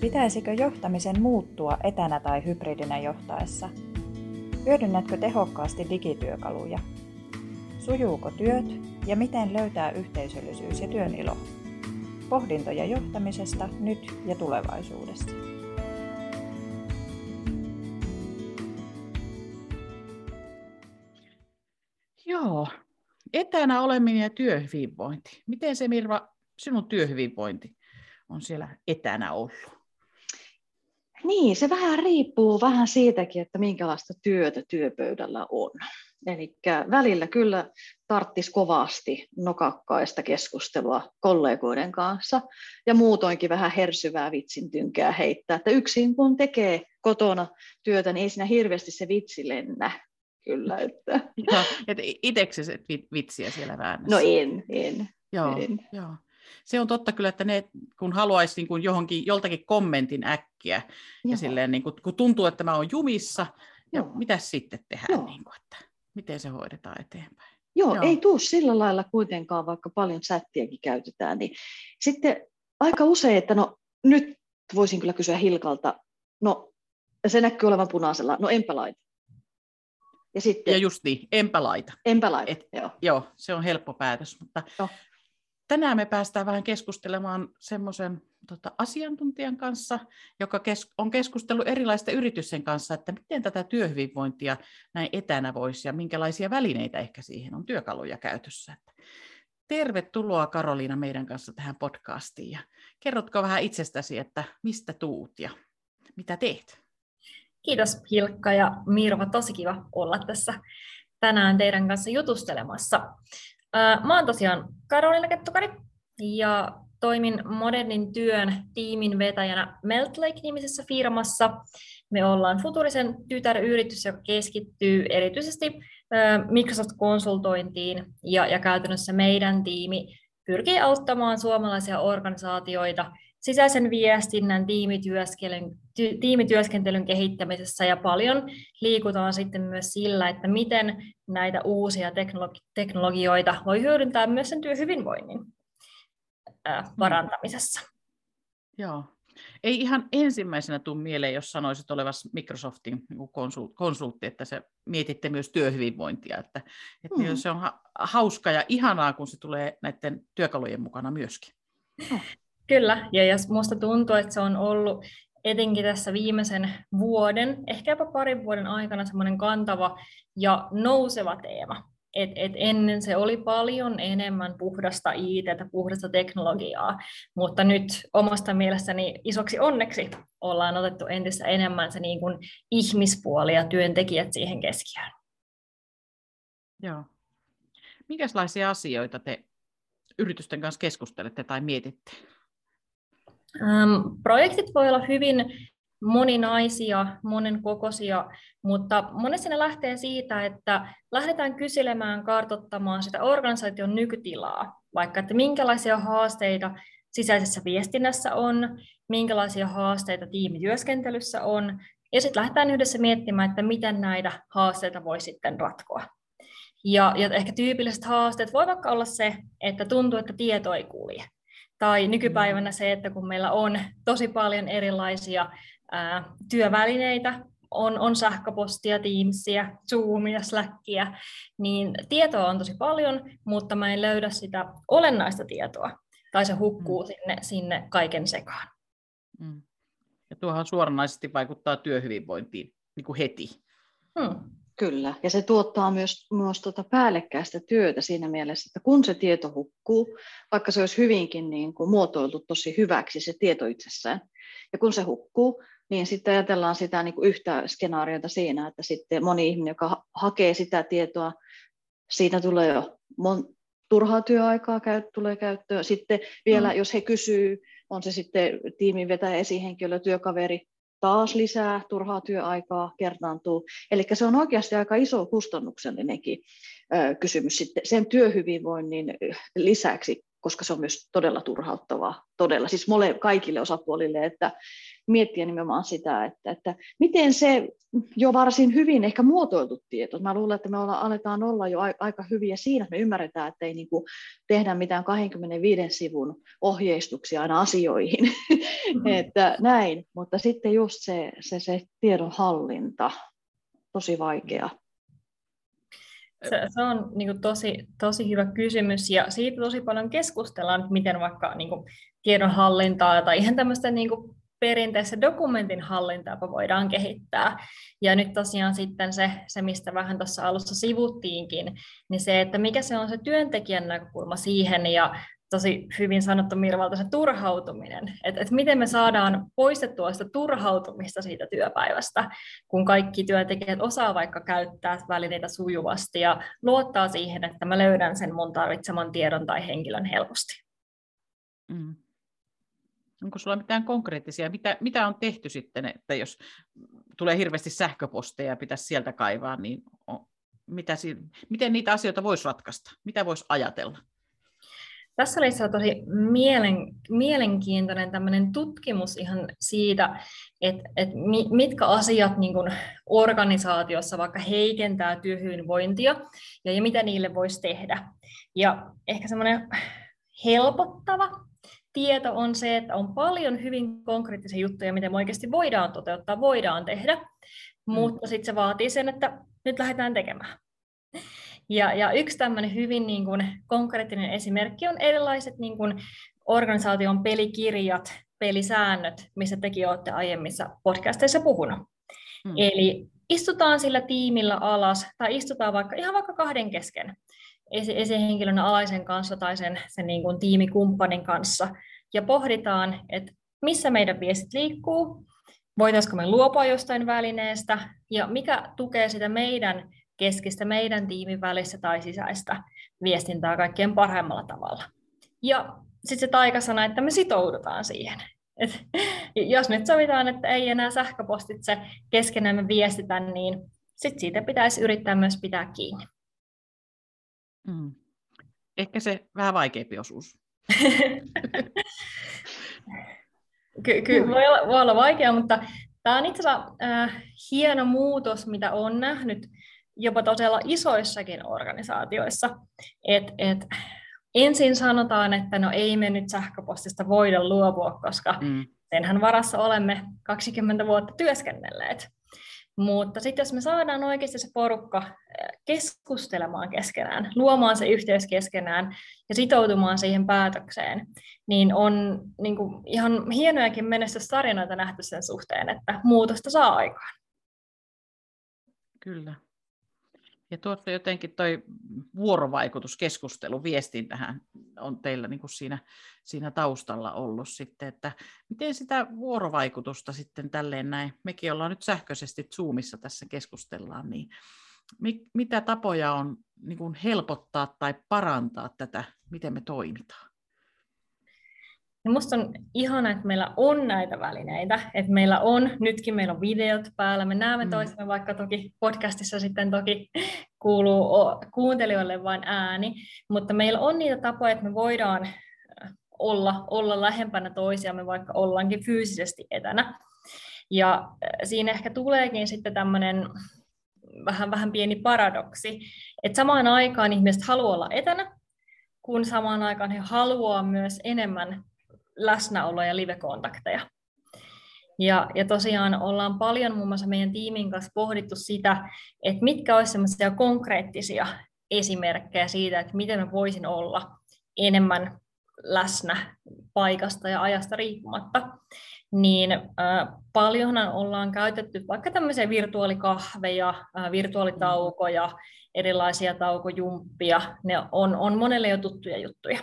Pitäisikö johtamisen muuttua etänä tai hybridinä johtaessa? Hyödynnätkö tehokkaasti digityökaluja? Sujuuko työt ja miten löytää yhteisöllisyys ja työn ilo? Pohdintoja johtamisesta nyt ja tulevaisuudessa. Joo, etänä oleminen ja työhyvinvointi. Miten se, Mirva, sinun työhyvinvointi on siellä etänä ollut? Niin, se vähän riippuu vähän siitäkin, että minkälaista työtä työpöydällä on. Eli välillä kyllä tarttisi kovasti nokakkaista keskustelua kollegoiden kanssa ja muutoinkin vähän hersyvää vitsintynkää heittää. Että yksin kun tekee kotona työtä, niin ei siinä hirveästi se vitsi lennä. Kyllä, että. Että itseksesi et vitsiä siellä väännössä? No en. Joo. Se on totta kyllä, että ne, kun haluaisi niin kuin joltakin kommentin äkkiä, ja silleen, niin kun tuntuu, että mä oon jumissa, ja mitäs sitten tehdään, niin kuin, että miten se hoidetaan eteenpäin. Joo, ei tule sillä lailla kuitenkaan, vaikka paljon chattiakin käytetään. Niin sitten aika usein, että no nyt voisin kyllä kysyä Hilkalta, no se näkyy olevan punaisella, no enpä laita. Ja just niin, enpä laita. Joo, se on helppo päätös, mutta tänään me päästään vähän keskustelemaan semmoisen asiantuntijan kanssa, joka on keskustellut erilaisten yritysten kanssa, että miten tätä työhyvinvointia näin etänä voisi ja minkälaisia välineitä ehkä siihen on työkaluja käytössä. Tervetuloa Karoliina meidän kanssa tähän podcastiin ja kerrotko vähän itsestäsi, että mistä tuut ja mitä teet? Kiitos Hilkka ja Mirva, tosi kiva olla tässä tänään teidän kanssa jutustelemassa. Mä oon tosiaan Karoliina Kettukari ja toimin modernin työn tiimin vetäjänä Meltlake-nimisessä firmassa. Me ollaan Futurisen tytäryritys, joka keskittyy erityisesti Microsoft-konsultointiin ja käytännössä meidän tiimi pyrkii auttamaan suomalaisia organisaatioita sisäisen viestinnän, tiimityöskentelyn kehittämisessä ja paljon liikutaan sitten myös sillä, että miten näitä uusia teknologioita voi hyödyntää myös sen työhyvinvoinnin parantamisessa. Joo. Ei ihan ensimmäisenä tule mieleen, jos sanoisit olevasi Microsoftin konsultti, että se mietitte myös työhyvinvointia. Että se on hauska ja ihanaa, kun se tulee näiden työkalujen mukana myöskin. Kyllä, ja minusta tuntuu, että se on ollut etenkin tässä viimeisen vuoden, ehkä jopa parin vuoden aikana semmoinen kantava ja nouseva teema. Et ennen se oli paljon enemmän puhdasta IT:tä, puhdasta teknologiaa, mutta nyt omasta mielestäni isoksi onneksi ollaan otettu entistä enemmän se niin kuin ihmispuoli ja työntekijät siihen keskiöön. Joo. Minkälaisia asioita te yritysten kanssa keskustelette tai mietitte? Projektit voi olla hyvin moninaisia, monenkokoisia, mutta monesti ne lähtee siitä, että lähdetään kyselemään, kartoittamaan sitä organisaation nykytilaa, vaikka että minkälaisia haasteita sisäisessä viestinnässä on, minkälaisia haasteita tiimityöskentelyssä on, ja sitten lähdetään yhdessä miettimään, että miten näitä haasteita voi sitten ratkoa. Ja ehkä tyypilliset haasteet voi vaikka olla se, että tuntuu, että tieto ei kulje. Tai nykypäivänä se, että kun meillä on tosi paljon erilaisia työvälineitä, on sähköpostia, Teamsia, Zoomia, Slackia, niin tietoa on tosi paljon, mutta mä en löydä sitä olennaista tietoa, tai se hukkuu sinne kaiken sekaan. Ja tuohan suoranaisesti vaikuttaa työhyvinvointiin niin kuin heti. Kyllä, ja se tuottaa myös päällekkäistä työtä siinä mielessä, että kun se tieto hukkuu, vaikka se olisi hyvinkin niin kuin muotoiltu tosi hyväksi se tieto itsessään, ja kun se hukkuu, niin sitten ajatellaan sitä niin kuin yhtä skenaariota siinä, että sitten moni ihminen, joka hakee sitä tietoa, siinä tulee jo turhaa työaikaa tulee käyttöön. Sitten vielä, jos he kysyy, on se sitten tiimin vetäjä, esihenkilö, työkaveri, taas lisää turhaa työaikaa, kertaantuu. Eli se on oikeasti aika iso kustannuksellinenkin kysymys sitten sen työhyvinvoinnin lisäksi, koska se on myös todella turhauttavaa, todella, siis kaikille osapuolille, että miettiä nimenomaan sitä, että miten se jo varsin hyvin ehkä muotoiltu tieto. Mä luulen, että me aletaan olla jo aika hyviä siinä, että me ymmärretään, että ei niin kuin tehdä mitään 25 sivun ohjeistuksia aina asioihin, että näin, mutta sitten just se tiedonhallinta, tosi vaikea. Se on niin kuin tosi hyvä kysymys, ja siitä tosi paljon keskustellaan, miten vaikka niin kuin tiedonhallintaa tai ihan tämmöistä niin kuin perinteistä dokumentin hallintaa voidaan kehittää. Ja nyt tosiaan sitten se, mistä vähän tuossa alussa sivuttiinkin, niin se, että mikä se on se työntekijän näkökulma siihen, ja tosi hyvin sanottu Mirvalta se turhautuminen, että miten me saadaan poistettua sitä turhautumista siitä työpäivästä, kun kaikki työntekijät osaa vaikka käyttää välineitä sujuvasti ja luottaa siihen, että mä löydän sen mun tarvitseman tiedon tai henkilön helposti. Mm. Onko sulla mitään konkreettisia, mitä on tehty sitten, että jos tulee hirveästi sähköposteja ja pitäisi sieltä kaivaa, niin miten niitä asioita voisi ratkaista? Mitä voisi ajatella? Tässä oli tosi mielenkiintoinen tämmöinen tutkimus ihan siitä, että mitkä asiat niin kuin organisaatiossa vaikka heikentää työhyvinvointia ja mitä niille voisi tehdä. Ja ehkä semmoinen helpottava tieto on se, että on paljon hyvin konkreettisia juttuja, miten me oikeasti voidaan toteuttaa, voidaan tehdä, mutta sitten se vaatii sen, että nyt lähdetään tekemään. Ja yksi tämmöinen hyvin niin kuin konkreettinen esimerkki on erilaiset niin kuin organisaation pelikirjat, pelisäännöt, missä tekin olette aiemmissa podcasteissa puhunut. Eli istutaan sillä tiimillä alas, tai istutaan vaikka kahden kesken, esihenkilön alaisen kanssa tai sen niin kuin tiimikumppanin kanssa, ja pohditaan, että missä meidän viestit liikkuu, voitaisiko me luopua jostain välineestä, ja mikä tukee sitä meidän keskistä, meidän tiimin välissä tai sisäistä viestintää kaikkein parhaimmalla tavalla. Ja sitten se taikasana, että me sitoudutaan siihen. Et jos nyt sovitaan, että ei enää sähköpostitse keskenään me viestitä, niin sitten siitä pitäisi yrittää myös pitää kiinni. Ehkä se vähän vaikeampi osuus. Kyllä voi olla vaikea, mutta tämä on itse asiassa hieno muutos, mitä olen nähnyt jopa todella isoissakin organisaatioissa. Et ensin sanotaan, että no ei me nyt sähköpostista voida luopua, koska senhän varassa olemme 20 vuotta työskennelleet. Mutta sitten jos me saadaan oikeasti se porukka keskustelemaan keskenään, luomaan se yhteys keskenään ja sitoutumaan siihen päätökseen, niin on niin kuin ihan hienojakin menestystarinoita nähty sen suhteen, että muutosta saa aikaan. Kyllä. Ja tuossa jotenkin toi vuorovaikutus, keskustelu, viestintähän on teillä niin kuin siinä taustalla ollut sitten, että miten sitä vuorovaikutusta sitten tälleen näin, mekin ollaan nyt sähköisesti Zoomissa tässä keskustellaan, niin mitä tapoja on niin kuin helpottaa tai parantaa tätä, miten me toimitaan? Minusta on ihana, että meillä on näitä välineitä, että nytkin meillä on videot päällä, me näemme toisemme, vaikka toki podcastissa sitten toki kuuluu kuuntelijoille vain ääni, mutta meillä on niitä tapoja, että me voidaan olla lähempänä toisiamme, vaikka ollaankin fyysisesti etänä. Ja siinä ehkä tuleekin sitten tämmöinen vähän pieni paradoksi, että samaan aikaan ihmiset haluaa olla etänä, kun samaan aikaan he haluaa myös enemmän läsnäoloa ja live-kontakteja. Ja tosiaan ollaan paljon muun muassa meidän tiimin kanssa pohdittu sitä, että mitkä olisivat sellaisia konkreettisia esimerkkejä siitä, että miten mä voisin olla enemmän läsnä paikasta ja ajasta riippumatta. Niin paljonhan ollaan käytetty vaikka tämmöisiä virtuaalikahveja, virtuaalitaukoja, erilaisia taukojumppia. Ne on monelle jo tuttuja juttuja.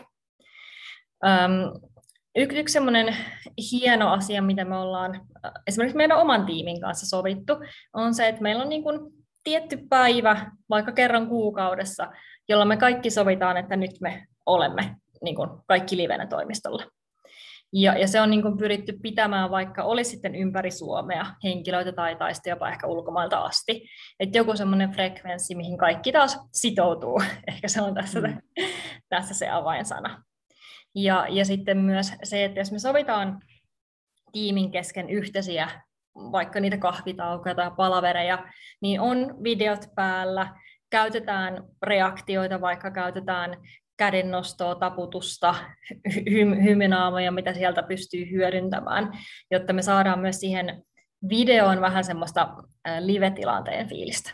Yksi semmoinen hieno asia, mitä me ollaan esimerkiksi meidän oman tiimin kanssa sovittu, on se, että meillä on niin kuin tietty päivä, vaikka kerran kuukaudessa, jolla me kaikki sovitaan, että nyt me olemme niin kuin kaikki livenä toimistolla. Ja se on niin kuin pyritty pitämään, vaikka olisi sitten ympäri Suomea henkilöitä tai sitten jopa ehkä ulkomailta asti. Että joku semmoinen frekvenssi, mihin kaikki taas sitoutuu. Ehkä se on tässä se avainsana. Ja sitten myös se, että jos me sovitaan tiimin kesken yhteisiä, vaikka niitä kahvitaukoja tai palavereja, niin on videot päällä, käytetään reaktioita, vaikka käytetään kädennostoa, taputusta, hyminaamoja, mitä sieltä pystyy hyödyntämään, jotta me saadaan myös siihen videoon vähän semmoista live-tilanteen fiilistä.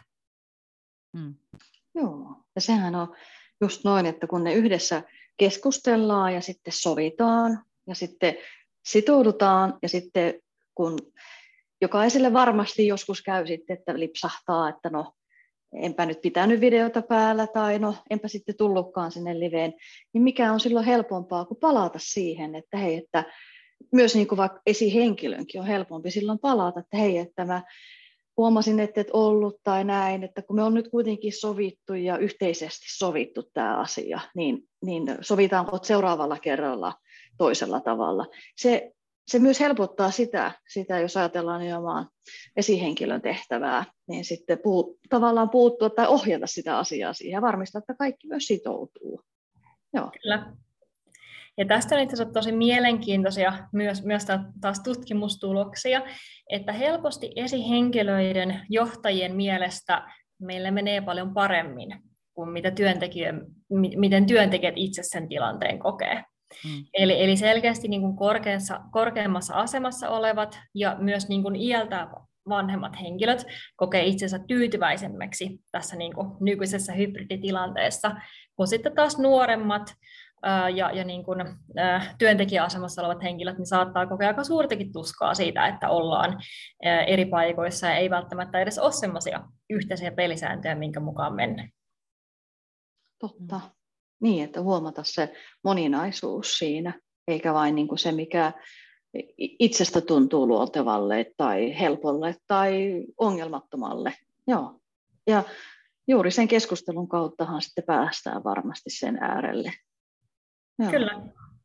Joo, ja sehän on just noin, että kun ne yhdessä keskustellaan ja sitten sovitaan ja sitten sitoudutaan ja sitten kun jokaiselle varmasti joskus käy sitten, että lipsahtaa, että no enpä nyt pitänyt videota päällä tai no enpä sitten tullutkaan sinne liveen, niin mikä on silloin helpompaa kuin palata siihen, että hei, että myös niin kuin vaikka esihenkilönkin on helpompi silloin palata, että hei, että mä huomasin, että et ollut tai näin, että kun me on nyt kuitenkin sovittu ja yhteisesti sovittu tämä asia, niin sovitaanko seuraavalla kerralla toisella tavalla. Se myös helpottaa sitä, jos ajatellaan nimenomaan esihenkilön tehtävää, niin sitten tavallaan puuttua tai ohjata sitä asiaa siihen ja varmistaa, että kaikki myös sitoutuu. Joo. Kyllä. Ja tästä on itse asiassa tosi mielenkiintoisia myös taas tutkimustuloksia, että helposti esihenkilöiden johtajien mielestä meillä menee paljon paremmin kuin miten työntekijät itse sen tilanteen kokee. Eli selkeästi niin kuin korkeammassa asemassa olevat ja myös niin kuin iältään vanhemmat henkilöt kokee itsensä tyytyväisemmäksi tässä niin kuin nykyisessä hybriditilanteessa, kun sitten taas nuoremmat ja niin kuin, työntekijäasemassa olevat henkilöt niin saattaa kokea aika suurtakin tuskaa siitä, että ollaan eri paikoissa ja ei välttämättä edes ole sellaisia yhteisiä pelisääntöjä, minkä mukaan mennä. Totta. Niin, että huomata se moninaisuus siinä, eikä vain niin kuin se, mikä itsestä tuntuu luontevalle tai helpolle tai ongelmattomalle. Joo. Ja juuri sen keskustelun kauttahan sitten päästään varmasti sen äärelle. Joo. Kyllä.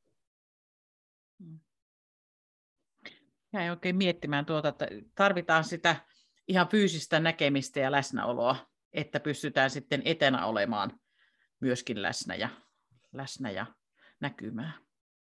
Jäin oikein miettimään että tarvitaan sitä ihan fyysistä näkemistä ja läsnäoloa, että pystytään sitten etänä olemaan myöskin läsnä ja näkymään.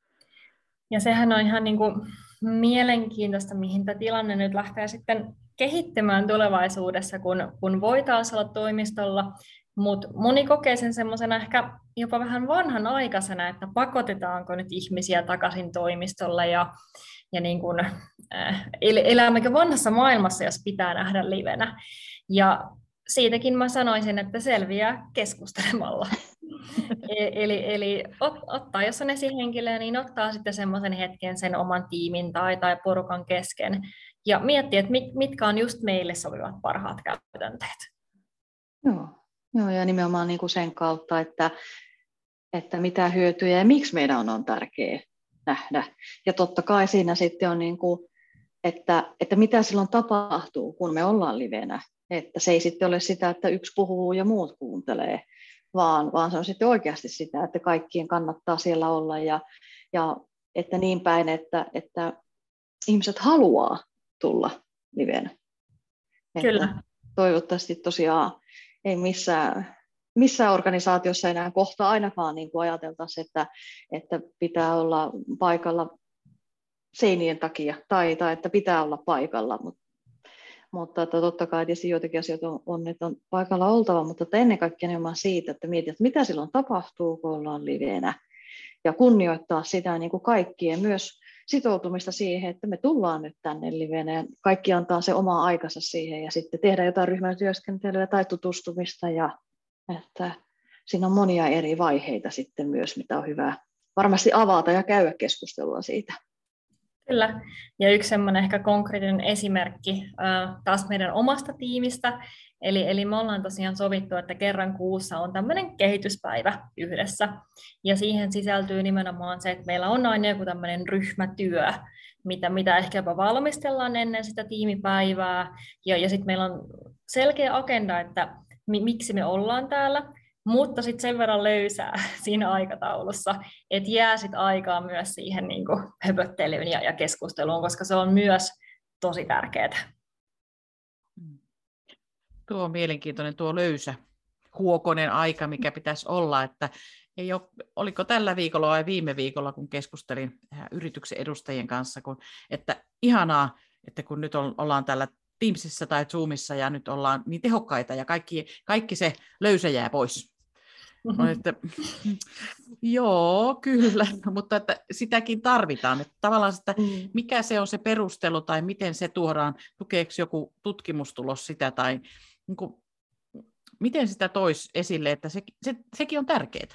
Ja sehän on ihan niin kuin mielenkiintoista, mihin tämä tilanne nyt lähtee sitten kehittymään tulevaisuudessa, kun voi taas olla toimistolla, mutta moni kokee sen semmoisena ehkä jopa vähän vanhanaikaisena, että pakotetaanko nyt ihmisiä takaisin toimistolle ja niin kuin, elämmekö vanhassa maailmassa, jos pitää nähdä livenä. Ja siitäkin mä sanoisin, että selviää keskustelemalla. Eli ottaa, jos on esihenkilö, niin ottaa sitten semmoisen hetken sen oman tiimin tai porukan kesken ja miettiä, että mitkä on just meille sopivat parhaat käytänteet. Joo, ja nimenomaan niin kuin sen kautta, että mitä hyötyjä ja miksi meidän on tärkeää nähdä. Ja totta kai siinä sitten on, niin kuin, että mitä silloin tapahtuu, kun me ollaan livenä. Että se ei sitten ole sitä, että yksi puhuu ja muut kuuntelee, vaan se on sitten oikeasti sitä, että kaikkien kannattaa siellä olla ja että niin päin, että ihmiset haluaa tulla livenä. Kyllä. Toivottavasti tosiaan ei missään organisaatiossa enää kohta ainakaan niin kuin ajateltaisiin, että pitää olla paikalla seinien takia tai että pitää olla paikalla, mutta totta kai tietysti joitakin asioita on, että on paikalla oltava, mutta ennen kaikkea nimenomaan siitä, että mietit, että mitä silloin tapahtuu, kun ollaan livenä ja kunnioittaa sitä niin kuin kaikkien myös sitoutumista siihen, että me tullaan nyt tänne livenä ja kaikki antaa se oma aikansa siihen ja sitten tehdä jotain ryhmätyöskentelyä tai tutustumista ja että siinä on monia eri vaiheita sitten myös, mitä on hyvä varmasti avata ja käydä keskustelua siitä. Kyllä, ja yksi semmoinen ehkä konkreettinen esimerkki taas meidän omasta tiimistä, eli me ollaan tosiaan sovittu, että kerran kuussa on tämmöinen kehityspäivä yhdessä, ja siihen sisältyy nimenomaan se, että meillä on aina joku tämmöinen ryhmätyö, mitä ehkä jopa valmistellaan ennen sitä tiimipäivää, ja sitten meillä on selkeä agenda, että miksi me ollaan täällä, mutta sitten sen verran löysää siinä aikataulussa, että jää sitten aikaa myös siihen niin kuin höpöttelyyn ja keskusteluun, koska se on myös tosi tärkeää. Tuo on mielenkiintoinen tuo löysä, huokoinen aika, mikä pitäisi olla, että oliko tällä viikolla vai viime viikolla, kun keskustelin yrityksen edustajien kanssa, että ihanaa, että kun nyt ollaan täällä Teamsissa tai Zoomissa ja nyt ollaan niin tehokkaita ja kaikki se löysä jää pois. Että, joo, kyllä, mutta että sitäkin tarvitaan. Että tavallaan sitä, mikä se on se perustelu tai miten se tuodaan, tukeeko joku tutkimustulos sitä tai niin kuin, miten sitä toisi esille, että sekin on tärkeää.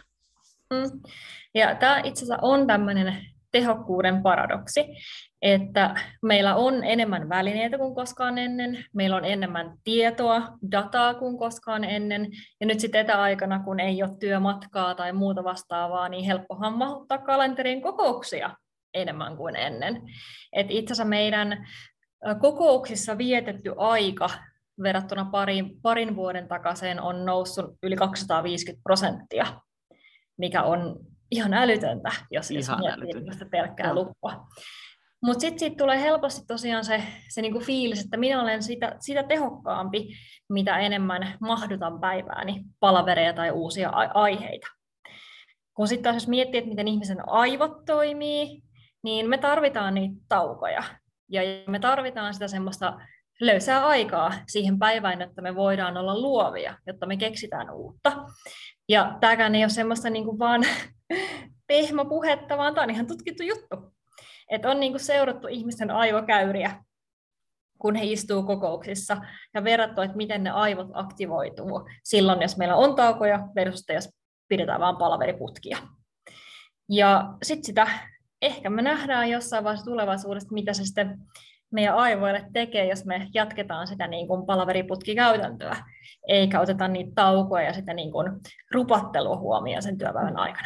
Ja tämä itse asiassa on tämmöinen tehokkuuden paradoksi, että meillä on enemmän välineitä kuin koskaan ennen, meillä on enemmän tietoa, dataa kuin koskaan ennen, ja nyt sitten etäaikana, kun ei ole työmatkaa tai muuta vastaavaa, niin helppohan mahuttaa kalenteriin kokouksia enemmän kuin ennen. Et itse asiassa meidän kokouksissa vietetty aika verrattuna parin vuoden takaisin on noussut yli 250%, mikä on ihan älytöntä, jos miettii sitä pelkkää lukua. Mutta sitten siitä tulee helposti tosiaan se niinku fiilis, että minä olen sitä tehokkaampi, mitä enemmän mahdutan päivääni palavereja tai uusia aiheita. Kun sitten taas jos miettii, että miten ihmisen aivot toimii, niin me tarvitaan niitä taukoja. Ja me tarvitaan sitä semmoista löysää aikaa siihen päivään, että me voidaan olla luovia, jotta me keksitään uutta. Ja tämäkään ei ole semmoista niinku vaan pehmopuhetta, vaan tämä on ihan tutkittu juttu. Että on niinku seurattu ihmisten aivokäyriä, kun he istuu kokouksissa, ja verrattu, että miten ne aivot aktivoituu silloin, jos meillä on taukoja, versus jos pidetään vain palaveriputkia. Ja sitten sitä ehkä me nähdään jossain vaiheessa tulevaisuudessa, mitä se sitten meidän aivoille tekee, jos me jatketaan sitä niin kuin palaveriputkikäytäntöä, eikä oteta niitä taukoja ja sitä niin kuin rupattelua huomioon sen työpäivän aikana.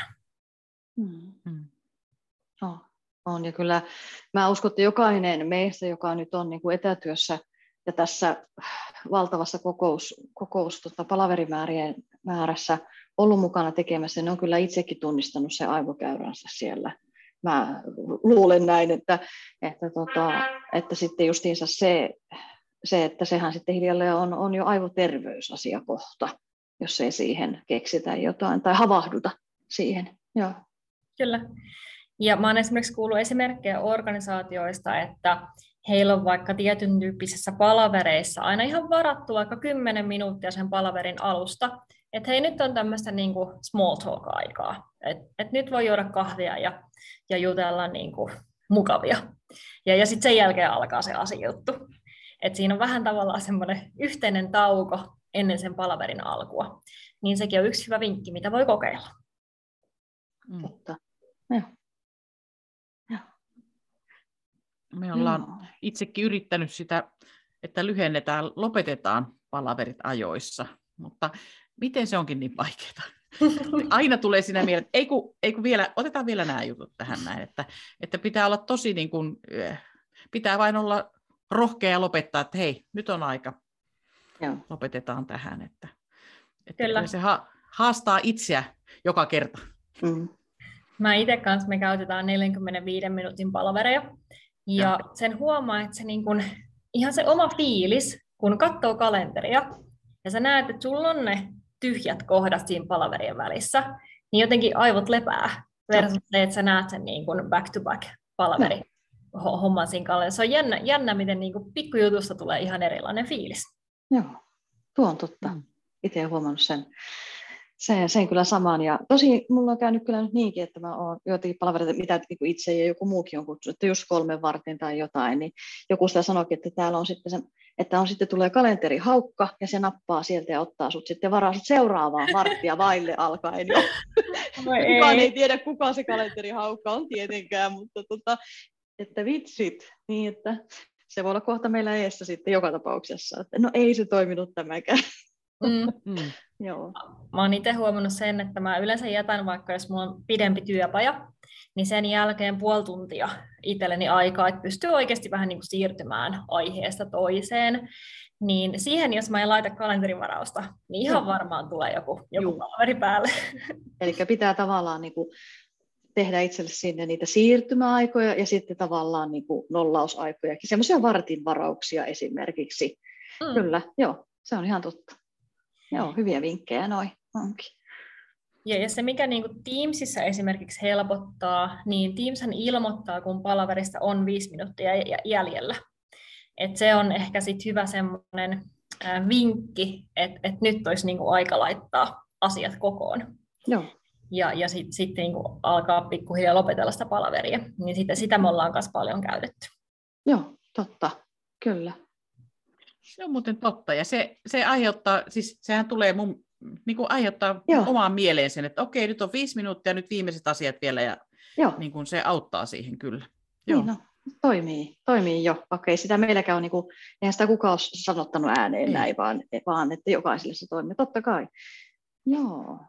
On, ja kyllä mä uskon, että jokainen meistä, joka nyt on niin kuin etätyössä ja tässä valtavassa palaverimäärien määrässä ollut mukana tekemässä, ne on kyllä itsekin tunnistanut sen aivokäyränsä siellä. Mä luulen näin, että sitten justiinsa se, että sehän sitten hiljalleen on jo aivoterveysasiakohta, jos ei siihen keksitä jotain tai havahduta siihen. Joo. Kyllä. Ja mä oon esimerkiksi kuullut esimerkkejä organisaatioista, että heillä on vaikka tietyn tyyppisissä palavereissa aina ihan varattu vaikka 10 minuuttia sen palaverin alusta, että hei, nyt on tämmöistä niin kuin small talk-aikaa, että nyt voi juoda kahvia ja jutella niin kuin mukavia. Ja sitten sen jälkeen alkaa se asiajuttu. Että siinä on vähän tavallaan semmoinen yhteinen tauko ennen sen palaverin alkua. Niin sekin on yksi hyvä vinkki, mitä voi kokeilla. Totta. Me ollaan itsekin yrittänyt sitä, että lopetetaan palaverit ajoissa, mutta miten se onkin niin vaikeaa? Aina tulee siinä mieleen, että ei kun vielä, otetaan vielä nämä jutut tähän näin, että pitää olla tosi niin kuin, pitää vain olla rohkea ja lopettaa, että hei, nyt on aika, lopetetaan tähän, että kyllä se haastaa itseä joka kerta. Mä itse kanssa me käytetään 45 minuutin palavereja, ja sen huomaa, että se niin kun, ihan se oma fiilis, kun katsoo kalenteria, ja sä näet, että sulla on ne tyhjät kohdat siinä palaverien välissä, niin jotenkin aivot lepää, versus se, että sä näet sen niin kun back-to-back palaveri homman siinä kalenterissa. Se on jännä miten niin kun pikkujutusta tulee ihan erilainen fiilis. Joo, tuo on totta. Itse olen huomannut sen kyllä saman. Ja tosi mulla on käynyt kyllä nyt niinkin, että mä oon joitakin palavereita, mitä itse ja joku muukin on kutsunut, että just 3 vartin tai jotain, niin joku sitä sanoikin, että täällä on sitten sitten tulee kalenterihaukka ja se nappaa sieltä ja ottaa sut sitten varaa seuraavaan varttia vaille alkaen jo. Kukaan ei tiedä, kuka se kalenterihaukka on tietenkään, mutta että vitsit, niin että se voi olla kohta meillä eessä sitten joka tapauksessa, että no ei se toiminut tämäkään. Joo. Mä oon itse huomannut sen, että mä yleensä jätän, vaikka jos mulla on pidempi työpaja, niin sen jälkeen puoli tuntia itselleni aikaa, että pystyy oikeasti vähän niin kuin siirtymään aiheesta toiseen. Niin siihen, jos mä en laita kalenterivarausta, niin ihan varmaan tulee joku palaveri päälle. Eli pitää tavallaan niin kuin tehdä itselle sinne niitä siirtymäaikoja ja sitten tavallaan niin kuin nollausaikojakin, semmoisia vartinvarauksia esimerkiksi. Kyllä, joo, se on ihan totta. Joo, hyviä vinkkejä noi onkin. Ja se, mikä niin kuin Teamsissa esimerkiksi helpottaa, niin Teamshän ilmoittaa, kun palaverista on 5 minuuttia jäljellä. Et se on ehkä sit hyvä semmoinen vinkki, että nyt olisi niin kuin aika laittaa asiat kokoon. Joo. Ja sitten niin kuin alkaa pikkuhiljaa lopetella sitä palaveria. Niin sitä me ollaan myös paljon käytetty. Joo, totta. Kyllä. Se on muuten totta. Ja se aiheuttaa, siis sehän tulee niin kuin aiheuttaa omaan mieleen sen, että okei, nyt on 5 minuuttia, nyt viimeiset asiat vielä, ja niin kuin se auttaa siihen kyllä. Joo. Niin, no, toimii jo, vaikka ei sitä meilläkään ole, niin kuin, eihän sitä kukaan ole sanottanut ääneen näin, vaan että jokaiselle se toimii, totta kai. Joo.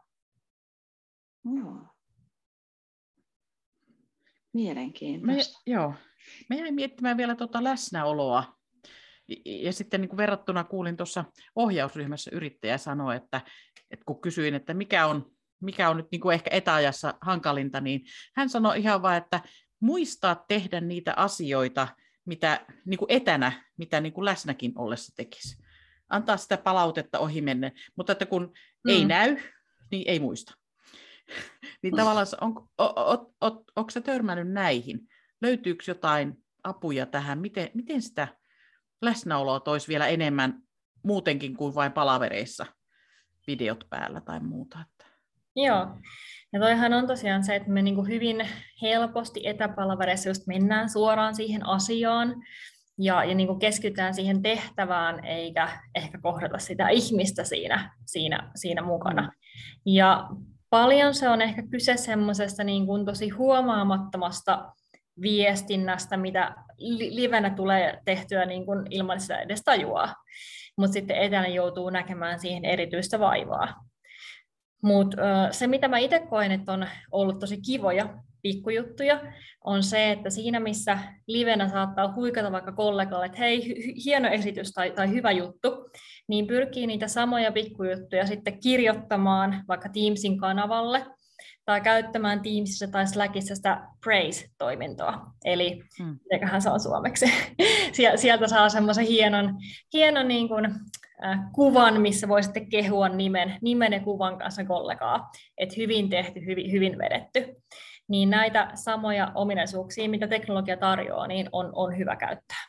Mielenkiintoista. Me jäin miettimään vielä läsnäoloa. Ja sitten niin kuin verrattuna kuulin tuossa ohjausryhmässä yrittäjä sanoa, että kun kysyin, että mikä on nyt niin kuin ehkä etäajassa hankalinta, niin hän sanoi ihan vaan, että muistaa tehdä niitä asioita, mitä niin kuin etänä, mitä niin kuin läsnäkin ollessa tekisi. Antaa sitä palautetta ohi menne, mutta että kun ei näy, niin ei muista. Niin tavallaan onko sä törmännyt näihin? Löytyykö jotain apuja tähän? Miten sitä läsnäoloa toisi vielä enemmän muutenkin kuin vain palavereissa, videot päällä tai muuta? Joo, ja toihan on tosiaan se, että me niin kuin hyvin helposti etäpalavereissa just mennään suoraan siihen asiaan ja niin kuin keskitytään siihen tehtävään, eikä ehkä kohdata sitä ihmistä siinä mukana. Ja paljon se on ehkä kyse semmoisesta niin kuin tosi huomaamattomasta viestinnästä, mitä livenä tulee tehtyä niin kuin ilman sitä edes tajuaa, mutta sitten etänä joutuu näkemään siihen erityistä vaivaa. Mutta se, mitä mä itse koen, että on ollut tosi kivoja pikkujuttuja, on se, että siinä missä livenä saattaa huikata vaikka kollegalle, että hei, hieno esitys tai hyvä juttu, niin pyrkii niitä samoja pikkujuttuja sitten kirjoittamaan vaikka Teamsin kanavalle, tai käyttämään Teamsissa tai Slackissa sitä praise-toimintoa. Eli mikähän se on suomeksi. Sieltä saa semmoisen hienon niin kuin, kuvan, missä voi sitten kehua nimen ja kuvan kanssa kollegaa. Että hyvin tehty, hyvin vedetty. Niin näitä samoja ominaisuuksia, mitä teknologia tarjoaa, niin on hyvä käyttää.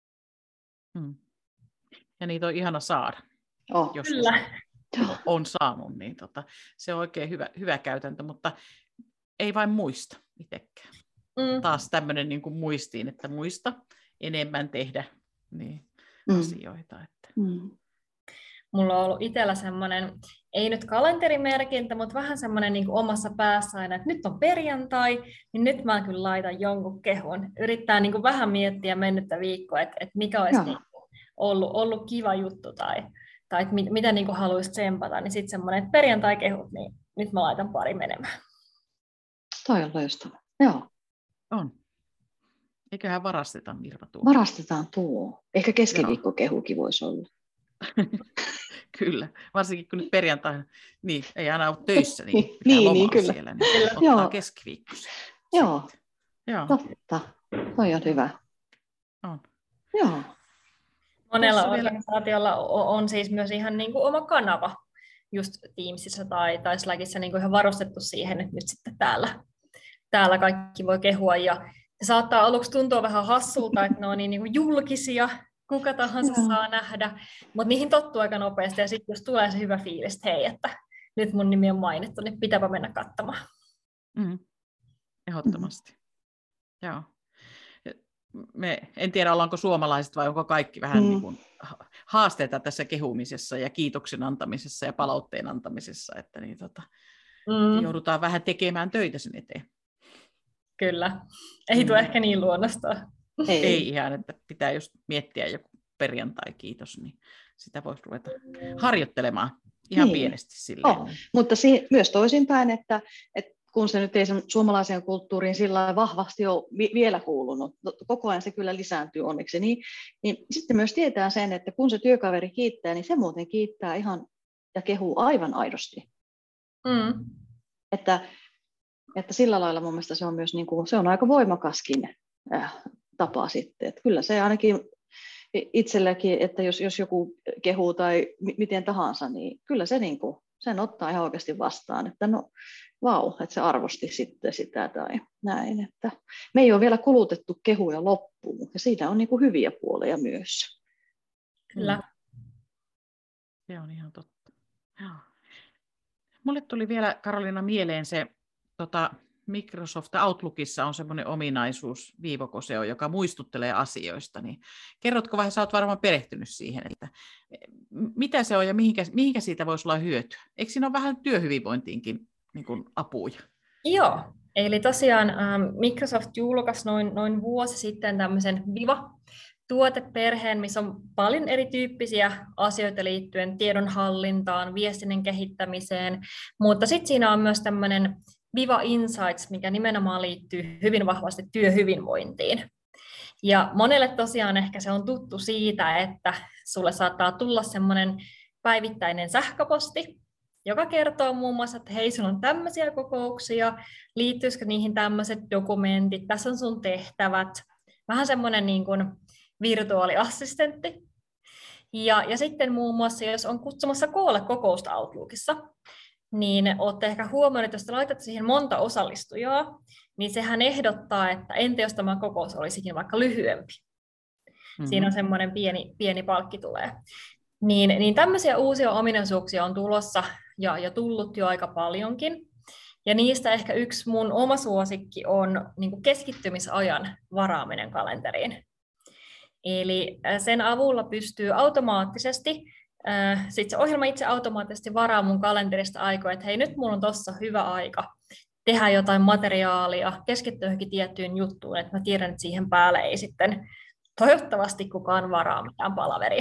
Ja niitä on ihana saada. Kyllä. On saanut, niin se on oikein hyvä käytäntö, mutta ei vain muista itsekään. Taas tämmöinen niin kuin muistiin, että muista enemmän tehdä asioita. Että. Mulla on ollut itsellä semmoinen, ei nyt kalenterimerkintä, mutta vähän semmoinen niin kuin omassa päässä aina, että nyt on perjantai, niin nyt mä kyllä laitan jonkun kehun. Yrittää niin kuin vähän miettiä mennyttä viikkoa, että mikä olisi niin kuin ollut kiva juttu tai että mitä niin kuin haluaisi tsempata, niin sitten semmoinen, että perjantai-kehut, niin nyt mä laitan pari menemään. Toi on loistava. Joo. On. Eiköhän varasteta, Mirva, tuo. Varastetaan tuo. Ehkä keskiviikkokehukin voisi olla. Kyllä, varsinkin kun nyt perjantaina, niin ei aina ole töissä, niin pitää lomaa kyllä. Siellä, niin ottaa keskiviikkoisia. Joo, totta. Toi on hyvä. On. Joo. Monella organisaatiolla on siis myös ihan niin kuin oma kanava just Teamsissa tai Slackissa niin kuin ihan varustettu siihen, että nyt sitten täällä kaikki voi kehua. Ja se saattaa aluksi tuntua vähän hassulta, että ne on niin kuin julkisia, kuka tahansa saa nähdä, mutta niihin tottuu aika nopeasti. Ja sitten jos tulee se hyvä fiilis, että hei, että nyt mun nimi on mainittu, niin pitääpä mennä katsomaan. Ehdottomasti. Joo. En tiedä, ollaanko suomalaiset vai onko kaikki vähän niin kuin haasteita tässä kehumisessa ja kiitoksen antamisessa ja palautteen antamisessa, että niin, joudutaan vähän tekemään töitä sen eteen. Kyllä. Ei tule ehkä niin luonnostaan. Ei ihan, että pitää just miettiä joku perjantai-kiitos, niin sitä voisi ruveta harjoittelemaan ihan pienesti silleen. Mutta myös toisinpäin, että kun se nyt ei suomalaiseen kulttuuriin sillä vahvasti ole vielä kuulunut, koko ajan se kyllä lisääntyy onneksi, niin sitten myös tietää sen, että kun se työkaveri kiittää, niin se muuten kiittää ihan ja kehuu aivan aidosti. Että sillä lailla mun mielestä se on myös niin kuin, se on aika voimakaskin tapa sitten. Että kyllä se ainakin itselläkin, että jos joku kehuu tai miten tahansa, niin kyllä se niin kuin Sen ottaa ihan oikeasti vastaan, että no vau, että se arvosti sitten sitä tai näin. Että me ei ole vielä kulutettu kehuja loppuun, ja siinä on niin kuin hyviä puolia myös. Kyllä. Se on ihan totta. Mulle tuli vielä, Karoliina, mieleen se, Microsoft Outlookissa on semmoinen ominaisuus, viivokoseo, joka muistuttelee asioista. Niin kerrotko vähän, sä oot varmaan perehtynyt siihen, että mitä se on ja mihinkä siitä voisi olla hyötyä? Eikö siinä ole vähän työhyvinvointiinkin niin kuin apuja? Joo, eli tosiaan Microsoft julkaisi noin vuosi sitten tämmöisen Viva-tuoteperheen, missä on paljon erityyppisiä asioita liittyen tiedonhallintaan, viestinnän kehittämiseen, mutta sitten siinä on myös tämmöinen Viva Insights, mikä nimenomaan liittyy hyvin vahvasti työhyvinvointiin. Ja monelle tosiaan ehkä se on tuttu siitä, että sulle saattaa tulla semmoinen päivittäinen sähköposti, joka kertoo muun muassa, että hei, sulla on tämmöisiä kokouksia, liittyisikö niihin tämmöiset dokumentit, tässä on sun tehtävät, vähän semmoinen niin kuin virtuaaliassistentti. Ja sitten muun muassa, jos on kutsumassa koolle kokousta Outlookissa, niin olette ehkä huomioineet, että jos te laitatte siihen monta osallistujaa, niin sehän ehdottaa, että entä jos tämä kokous olisikin vaikka lyhyempi. Mm-hmm. Siinä on semmoinen pieni palkki tulee. Niin tämmöisiä uusia ominaisuuksia on tulossa ja tullut jo aika paljonkin. Ja niistä ehkä yksi mun oma suosikki on niin kuin keskittymisajan varaaminen kalenteriin. Eli sen avulla pystyy automaattisesti, sitten se ohjelma itse automaattisesti varaa mun kalenterista aikoja, että hei, nyt mulla on tuossa hyvä aika tehdä jotain materiaalia, keskittyä johonkin tiettyyn juttuun, että mä tiedän, että siihen päälle ei sitten toivottavasti kukaan varaa mitään palaveria.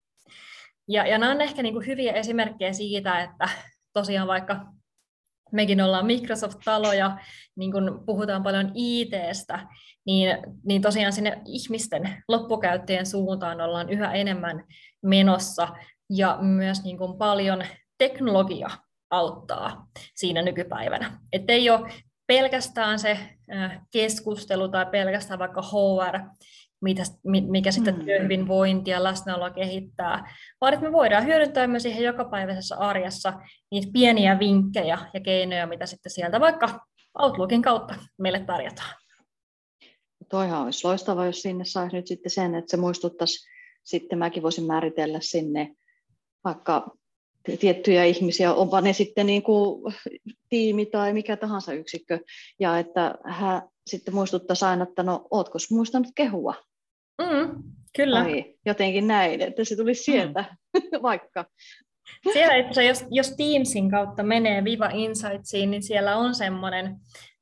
Ja nämä on ehkä niin kuin hyviä esimerkkejä siitä, että tosiaan vaikka mekin ollaan Microsoft-talo ja niin kun puhutaan paljon IT:stä, niin tosiaan sinne ihmisten loppukäyttäjien suuntaan ollaan yhä enemmän menossa ja myös niin kun paljon teknologia auttaa siinä nykypäivänä. Että ei ole pelkästään se keskustelu tai pelkästään vaikka HR, mikä sitten työhyvinvointia ja läsnäoloa kehittää, vaan että me voidaan hyödyntää myös siihen jokapäiväisessä arjessa niitä pieniä vinkkejä ja keinoja, mitä sitten sieltä vaikka Outlookin kautta meille tarjotaan. Toihan olisi loistavaa, jos sinne saisi nyt sitten sen, että se muistuttaisi, sitten mäkin voisin määritellä sinne vaikka tiettyjä ihmisiä, onpa ne sitten niin kuin tiimi tai mikä tahansa yksikkö, ja että hän sitten muistuttaisi aina, että no, ootko muistanut kehua? Kyllä. Tai jotenkin näin, että se tulisi sieltä vaikka. Siellä, että jos Teamsin kautta menee Viva Insightsiin, niin siellä on semmoinen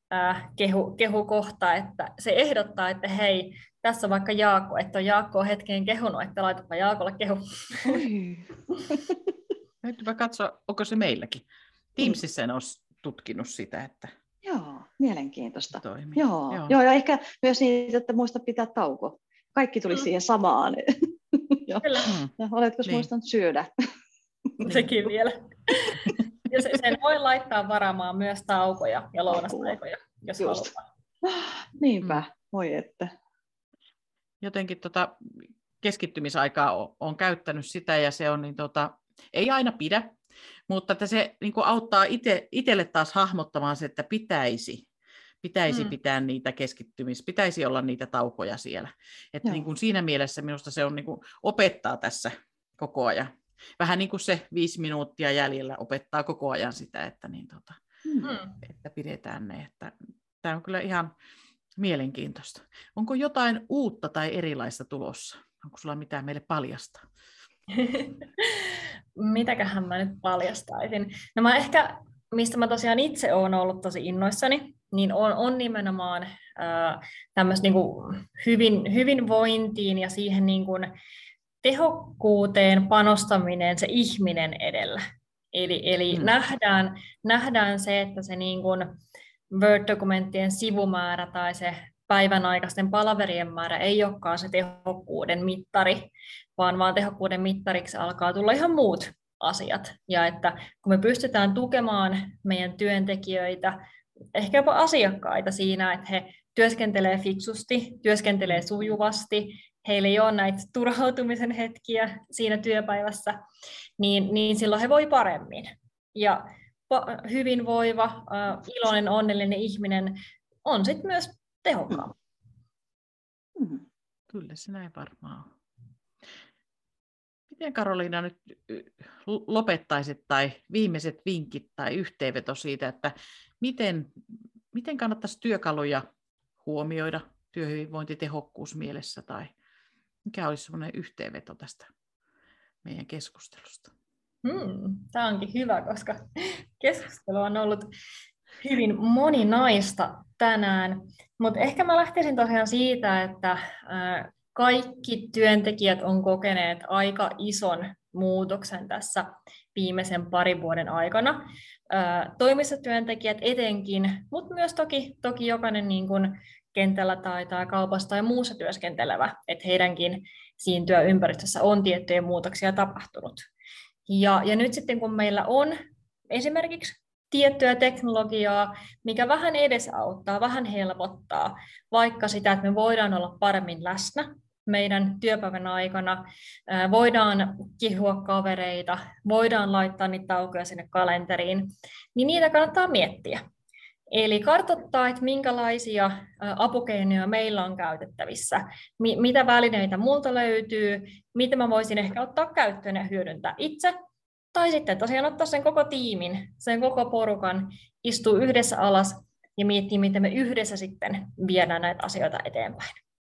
kehukohta, että se ehdottaa, että hei, tässä on vaikka Jaakko, että on Jaakko hetkeen kehunut, että laitapa Jaakolle kehu. Täytyypä katsoa, onko se meilläkin. Teamsissa en ole tutkinut sitä, että Joo, mielenkiintoista. Toimii. Joo, ja ehkä myös niin, että muista pitää tauko. Kaikki tuli siihen samaan. Kyllä. Oletko muistanut syödä? Sekin vielä. Ja sen voi laittaa varaamaan myös taukoja ja lounasaikoja, jos haluaa. Niinpä, voi että. Jotenkin keskittymisaikaa on käyttänyt sitä ja se on, ei aina pidä, mutta että se niin kuin auttaa itselle taas hahmottamaan se, että pitäisi pitää niitä pitäisi olla niitä taukoja siellä. Että niin kuin siinä mielessä minusta se on niin kuin opettaa tässä koko ajan. Vähän niin kuin se 5 minuuttia jäljellä opettaa koko ajan sitä, että, että pidetään ne. Että tämä on kyllä ihan mielenkiintoista. Onko jotain uutta tai erilaista tulossa? Onko sulla mitään meille paljastaa? Mitäköhän mä nyt paljastaisin? No mä ehkä, mistä mä tosiaan itse olen ollut tosi innoissani, niin on nimenomaan tämmöistä niin kuin hyvinvointiin ja siihen niin kuin tehokkuuteen panostaminen se ihminen edellä. Eli nähdään se, että se niin kuin Word-dokumenttien sivumäärä tai se päivän aikaisten palaverien määrä ei olekaan se tehokkuuden mittari, vaan tehokkuuden mittariksi alkaa tulla ihan muut asiat. Ja että kun me pystytään tukemaan meidän työntekijöitä, ehkä jopa asiakkaita siinä, että he työskentelee fiksusti, työskentelee sujuvasti, heillä ei ole näitä turhautumisen hetkiä siinä työpäivässä, niin silloin he voi paremmin. ja hyvinvoiva, iloinen, onnellinen ihminen on sitten myös tehokkaampi. Kyllä se näin varmaan on. Miten Karoliina nyt lopettaisit tai viimeiset vinkit tai yhteenveto siitä, että miten kannattaisi työkaluja huomioida työhyvinvointitehokkuus mielessä tai mikä olisi semmoinen yhteenveto tästä meidän keskustelusta? Tämä onkin hyvä, koska keskustelu on ollut hyvin moninaista tänään, mutta ehkä mä lähtisin tosiaan siitä, että kaikki työntekijät on kokeneet aika ison muutoksen tässä viimeisen parin vuoden aikana. Toimistotyöntekijät etenkin, mutta myös toki jokainen niin kuin kentällä tai kaupassa tai muussa työskentelevä, että heidänkin siinä työympäristössä on tiettyjä muutoksia tapahtunut. Ja nyt sitten kun meillä on esimerkiksi tiettyä teknologiaa, mikä vähän edesauttaa, vähän helpottaa, vaikka sitä, että me voidaan olla paremmin läsnä meidän työpäivän aikana, voidaan kihua kavereita, voidaan laittaa niitä taukoja sinne kalenteriin, niin niitä kannattaa miettiä. Eli kartoittaa, että minkälaisia apukeinoja meillä on käytettävissä, mitä välineitä multa löytyy, mitä mä voisin ehkä ottaa käyttöön ja hyödyntää itse, tai sitten tosiaan ottaa sen koko tiimin, sen koko porukan, istua yhdessä alas ja miettiä, miten me yhdessä sitten viedään näitä asioita eteenpäin.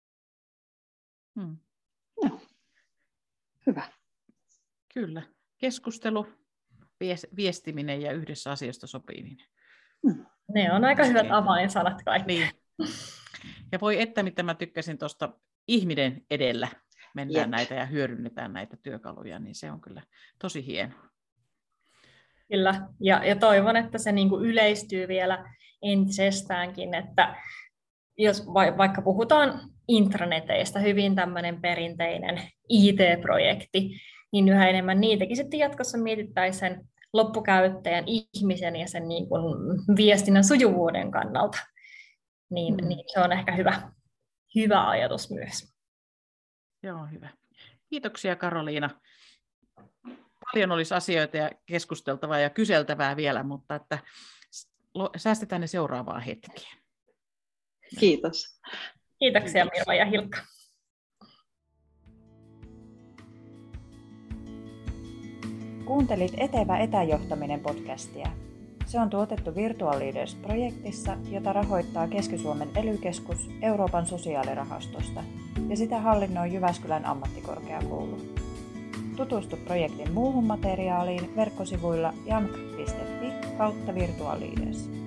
No. Hyvä. Kyllä. Keskustelu, viestiminen ja yhdessä asioista sopiminen. Ne on aika hyvät avainsanat kaikki. Niin. Ja voi että mitä mä tykkäsin tuosta ihminen edellä mennään näitä ja hyödynnetään näitä työkaluja, niin se on kyllä tosi hienoa. Kyllä, ja toivon, että se niin kuin yleistyy vielä entisestäänkin, että jos vaikka puhutaan intraneteista, hyvin tämmöinen perinteinen IT-projekti, niin yhä enemmän niitäkin sitten jatkossa mietittäisiin sen loppukäyttäjän, ihmisen ja sen niin kuin viestinnän sujuvuuden kannalta. Niin se on ehkä hyvä ajatus myös. Joo, hyvä. Kiitoksia Karoliina. Paljon olisi asioita ja keskusteltavaa ja kyseltävää vielä, mutta että säästetään ne seuraavaan hetkeen. Kiitos. Kiitoksia Mirva ja Hilkka. Kuuntelit Etevä etäjohtaminen podcastia. Se on tuotettu Virtual Leaders-projektissa, jota rahoittaa Keski-Suomen ELY-keskus Euroopan sosiaalirahastosta ja sitä hallinnoi Jyväskylän ammattikorkeakoulu. Tutustu projektin muuhun materiaaliin verkkosivuilla jamk.fi/Virtual Leaders.